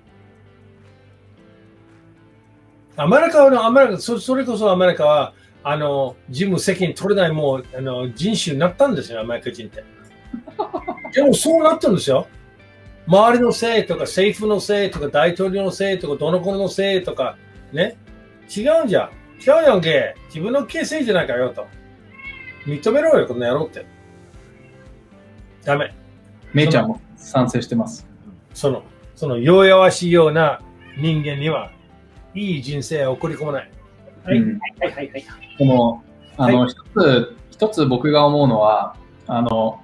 アメリカは、アメリカ、それこそアメリカは、あの、自分責任取れないもう、あの、人種になったんですよ、アメリカ人って。でもそうなったんですよ。周りのせいとか、政府のせいとか、大統領のせいとか、どの子のせいとか、ね。違うんじゃん。違うやんけ。自分のせいじゃないかよと。認めろよ、この野郎って。ダメ。 めいちゃんも賛成してます。 その、その弱々しいような人間には、いい人生を送り込まない。 はい、うん、はい、はい、はい。この、あの、はい、一つ、一つ僕が思うのは、あの、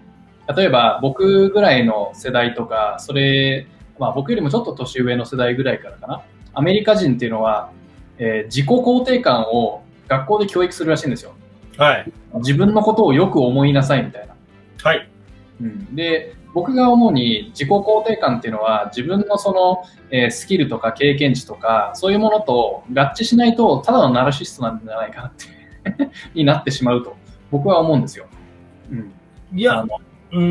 例えば僕ぐらいの世代とか、それ、まあ僕よりもちょっと年上の世代ぐらいからかな。アメリカ人っていうのは、えー、自己肯定感を学校で教育するらしいんですよ。 はい。 自分のことをよく思いなさいみたいな。 はい。 うん、で、僕が思うに自己肯定感っていうのは自分のその、えー、スキルとか経験値とかそういうものと合致しないとただのナルシストなんじゃないかなってになってしまうと僕は思うんですよ。 うん、いや、あの、うん、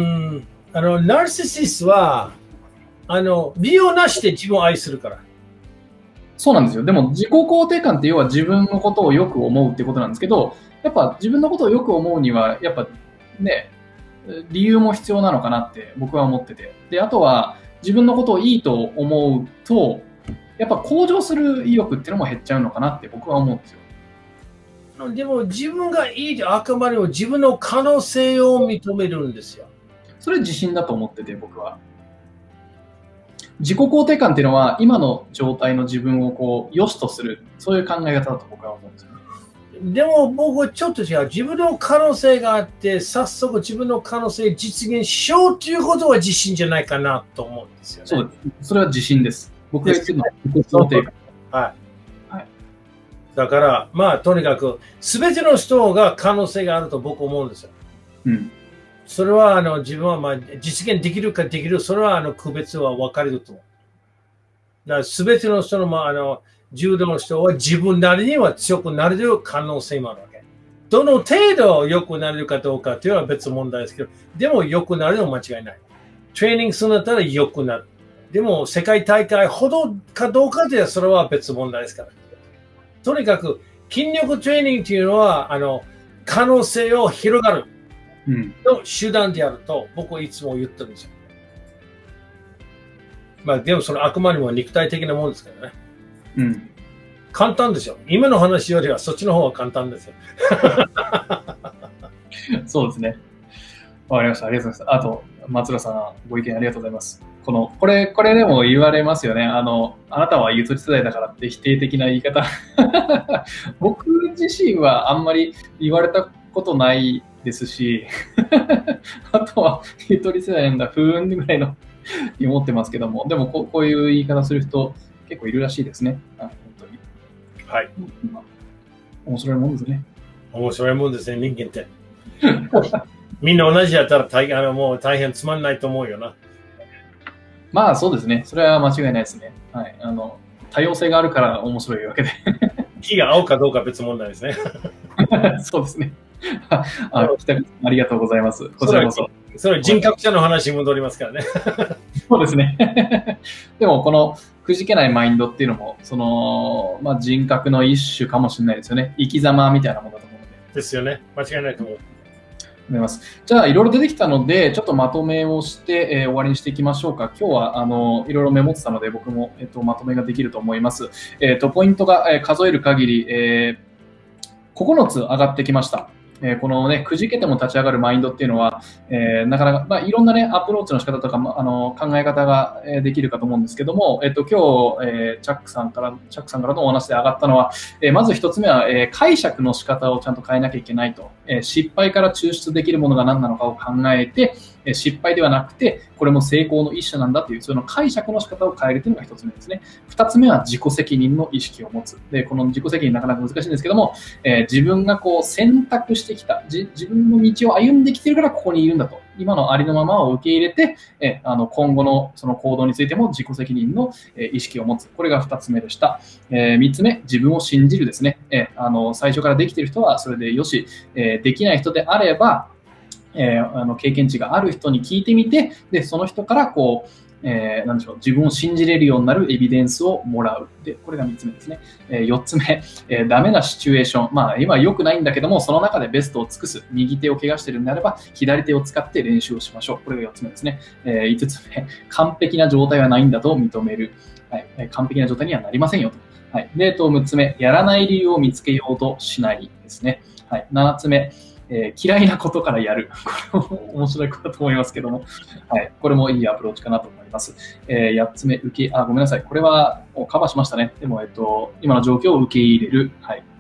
あのナルシストはあの理由なしで自分を愛するから。 そうなんですよ。でも自己肯定感って要は自分のことをよく思うってことなんですけど、やっぱ自分のことをよく思うにはやっぱね、理由も必要なのかなって僕は思ってて。で、あとは自分のことをいいと思うと、やっぱ向上する意欲っていうのも減っちゃうのかなって僕は思うんですよ。 でも自分がいいってあくまでも自分の可能性を認めるんですよ。 それ自信だと思ってて僕は。自己肯定感っていうのは今の状態の自分をこう良しとする、そういう考え方だと僕は思うんですよね。 でも僕はちょっと違う。自分の可能性があって、早速自分の可能性を実現しようということは自信じゃないかなと思うんですよね。 そうです。それは自信です。僕が言ってるのは自己肯定感。 はい。はい。だから、まあ、とにかく、すべての人が可能性があると僕は思うんですよ。 うん。 それは、あの、自分は、まあ、実現できるかできる、それは、あの、区別は分かれると思う。だから、すべての人の、まあ、あの、柔道の人は自分なりには強くなれる可能性もあるわけ。どの程度良くなれるかどうかというのは別問題ですけど、でも良くなるのは間違いない。トレーニングするんだったら良くなる。でも世界大会ほどかどうかというのはそれは別問題ですから。とにかく筋力トレーニングというのは、あの、可能性を広がるの手段であると僕はいつも言ってるんですよ。まあでもそのあくまでも肉体的なものですからね。 うん、 簡単ですよ。今の話よりはそっちの方が簡単ですよ。 そうですね。わかりました。ありがとうございます。あと、松浦さん、ご意見ありがとうございます。この、これ、これでも言われますよね。あの、あなたはゆとり世代だからって否定的な言い方。僕自身はあんまり言われたことないですし、あとはゆとり世代なんだ、ふーんぐらいの思ってますけども、でもこう、こういう言い方する人、結構いるらしいですね。あ、本当に。 はい。 面白いもんですね。 面白いもんですね、人間って。みんな同じやったら大あのもう大変つまんないと思うよな。 まあそうですね。それは間違いないですね。はい。あの、多様性があるから面白いわけで。 木が合うかどうか別問題ですね。 そうですね。あ、北口さんありがとうございます。こちらこそ。 それ人格者の話に戻りますからね。 そうですね。でもこのくじけないマインドっていうのも、その、まあ、人格の一種かもしれないですよね。生き様みたいなものだと思うので。 ですよね。間違いないと思う。 思います。じゃあいろいろ出てきたのでちょっとまとめをして、えー、終わりにしていきましょうか。今日はあのいろいろメモってたので僕も、えー、とまとめができると思います。えー、とポイントが、えー、数える限り、えー、ここのつ上がってきました。えー、このね、くじけても立ち上がるマインドっていうのは、えー、なかなか、まあ、いろんなね、アプローチの仕方とか、まあの、考え方ができるかと思うんですけども、えっと、今日、えー、チャックさんから、チャックさんからのお話で上がったのは、えー、まず一つ目は、えー、解釈の仕方をちゃんと変えなきゃいけないと。えー、失敗から抽出できるものが何なのかを考えて、失敗ではなくて、これも成功の一種なんだという、その解釈の仕方を変えるというのが一つ目ですね。二つ目は自己責任の意識を持つ。で、この自己責任なかなか難しいんですけども、えー、自分がこう選択してきた、じ自分の道を歩んできているからここにいるんだと。今のありのままを受け入れて、えー、あの今後のその行動についても自己責任の、えー、意識を持つ。これが二つ目でした。えー、三つ目、自分を信じるですね。えー、あの最初からできている人はそれでよし、えー、できない人であれば、えー、あの経験値がある人に聞いてみて、でその人からこう、えー、なんでしょう、自分を信じれるようになるエビデンスをもらう。で、これがみっつめですね。えー、よっつめ、えー、ダメなシチュエーション。まあ、今は良くないんだけども、その中でベストを尽くす。右手を怪我しているのであれば、左手を使って練習をしましょう。これがよっつめですね。えー、いつつめ、完璧な状態はないんだと認める。はい、完璧な状態にはなりませんよと。はい。で、とむっつめ、やらない理由を見つけようとしないですね。はい。ななつめ、えー、嫌いなことからやる。これも面白いことだと思いますけども、はい、これもいいアプローチかなと思います。えー、やっつめ、受け、あ、ごめんなさい。これはもうカバーしましたね。でも、えっと、今の状況を受け入れる。はい、あ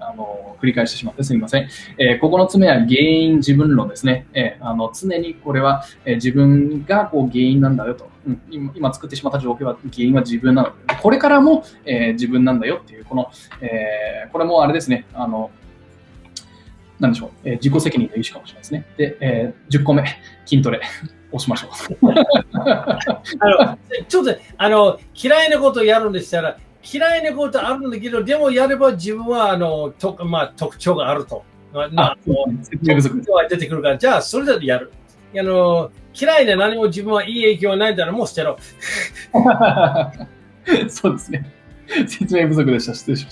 あの繰り返してしまってすみません。えー、ここの詰めは原因自分論ですね。えー、あの常にこれは、えー、自分がこう原因なんだよと、うん、今、今作ってしまった状況は原因は自分なので、これからも、えー、自分なんだよっていうこの、えー、これもあれですね。あのなんでしょう、えー、自己責任の意思かもしれないですね。で、えー、じゅっこめ、筋トレ、押しましょう。 あのちょっとあの嫌いなことをやるんでしたら、嫌いなことあるんだけど、でもやれば自分はあのと、まあ、特徴があると。まあ、特徴が出てくるから、じゃあそれだとやる。あの嫌いで何も自分はいい影響はないんだらもう捨てろ。 そうですね。説明不足でした。失礼しました。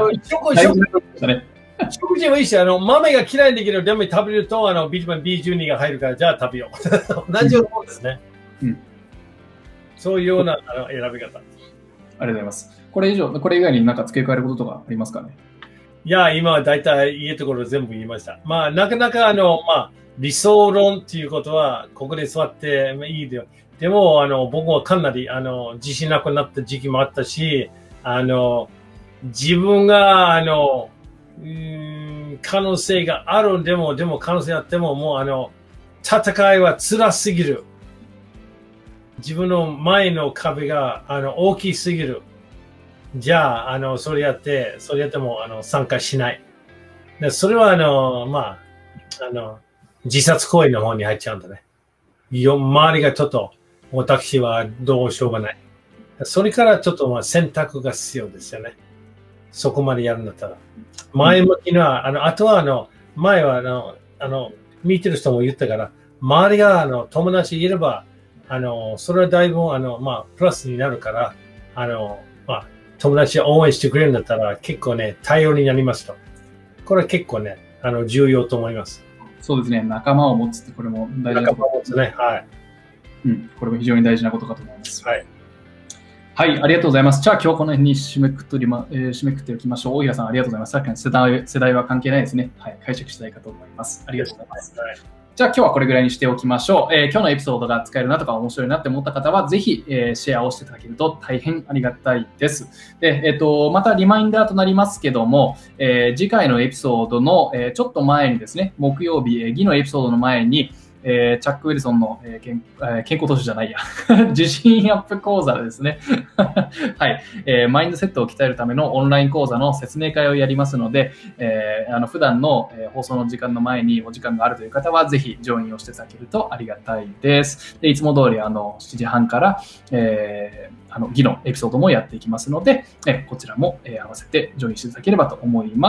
食事はいいし、あの豆が嫌いだけど、でも食べるとあのビタミン ビーじゅうに が入るから、じゃあ食べよう。同じようなもんですね。うん、そういうようなあの選び方。 ありがとうございます。これ以上、これ以外に何か付け加えることとかありますかね。 いや、今は大体言えるところ全部言いました。まあ、なかなかあの、まあ、理想論っていうことは、ここで座っていいで。でも、あの、僕はかなり、あの、自信なくなった時期もあったし、あの、自分が、あの、うーん、可能性があるんでも、でも可能性あっても、もうあの、戦いは辛すぎる。自分の前の壁が、あの、大きすぎる。じゃあ、あの、それやって、それやっても、あの、参加しない。でそれは、あの、まあ、あの、自殺行為の方に入っちゃうんだね。よ、周りがちょっと、私はどうしようがない。それからちょっと、まあ、選択が必要ですよね。そこまでやるんだったら。前向きな、あの、あとは、あの、前は、あの、あの、見てる人も言ったから、周りが、あの、友達いれば、あの、それはだいぶ、あの、まあ、プラスになるから、あの、まあ、友達が応援してくれるんだったら、結構ね、頼りになりますと。これは結構ね、あの、重要と思います。 そうですね、仲間を持つって、これも大事なこと。 仲間を持つね、はい。 うん、これも非常に大事なことかと思います。 はい。 はい、ありがとうございます。じゃあ、今日この辺に締めくくっておりま、えー、締めくくっておきましょう。大平さん、ありがとうございます。さっきの世代、世代は関係ないですね。はい、解釈したいかと思います。ありがとうございます。はい、じゃあ、今日はこれぐらいにしておきましょう。えー、今日のエピソードが使えるなとか面白いなって思った方は、ぜひ、えー、シェアをしていただけると大変ありがたいです。で、えっと、またリマインダーとなりますけども、えー、次回のエピソードの、えー、ちょっと前にですね、木曜日、えー、義のエピソードの前に、えー、チャック・ウィルソンの、えー健えー、健康投資じゃないや自信アップ講座ですねはい、えー、マインドセットを鍛えるためのオンライン講座の説明会をやりますので、えー、あの普段の、えー、放送の時間の前にお時間があるという方はぜひジョインをしていただけるとありがたいです。でいつも通りあのしちじはんから、えー、あの義のエピソードもやっていきますので、えー、こちらも、えー、合わせてジョインしていただければと思います。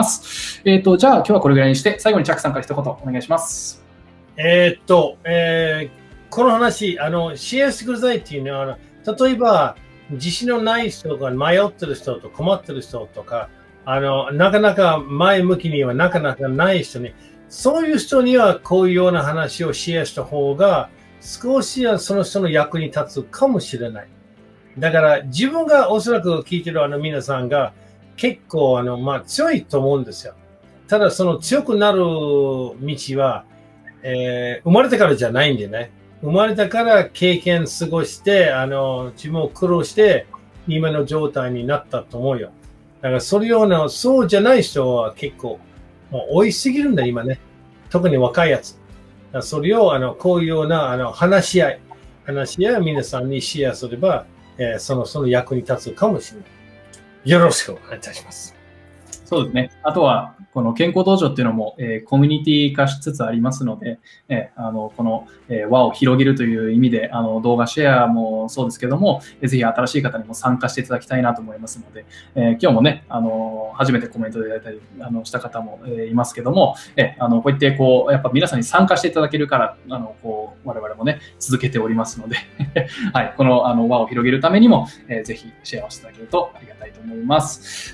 えーと、じゃあ今日はこれぐらいにして最後にチャックさんから一言お願いします。 えー、っと、えー、この話、あの、シェアしてくださいっていうのは、あの、例えば、自信のない人とか、迷ってる人と困ってる人とか、あの、なかなか前向きにはなかなかない人に、そういう人にはこういうような話をシェアした方が、少しはその人の役に立つかもしれない。だから、自分がおそらく聞いてるあの皆さんが、結構、あの、まあ、強いと思うんですよ。ただ、その強くなる道は、えー、生まれてからじゃないんでね。生まれたから経験過ごして、あの、自分を苦労して、今の状態になったと思うよ。だから、それような、そうじゃない人は結構、もう多いすぎるんだ、今ね。特に若いやつ。だからそれを、あの、こういうような、あの、話し合い、話し合いを皆さんにシェアすれば、えー、その、その役に立つかもしれない。よろしくお願いいたします。 そうですね。あとは、この健康道場っていうのも、えー、コミュニティ化しつつありますので、えー、あのこの、えー、輪を広げるという意味で、あの動画シェアもそうですけども、えー、ぜひ新しい方にも参加していただきたいなと思いますので、えー、今日もね、あの初めてコメントでいただいたりあのした方も、えー、いますけども、えー、あのこういってこうやっぱ皆さんに参加していただけるから、あのこう我々もね続けておりますので、はい、このあの輪を広げるためにも、えー、ぜひシェアをしていただけるとありがたいと思います。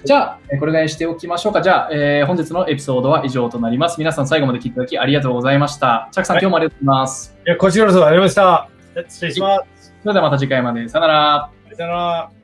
じゃあ、これぐらいにしておきましょうか。じゃあ、えー、本日のエピソードは以上となります。皆さん最後まで聞いていただきありがとうございました。チャックさん、はい、今日もありがとうございます。 いや、こちらこそありがとうございました。失礼します。 それではまた次回まで。さよなら。 さよなら。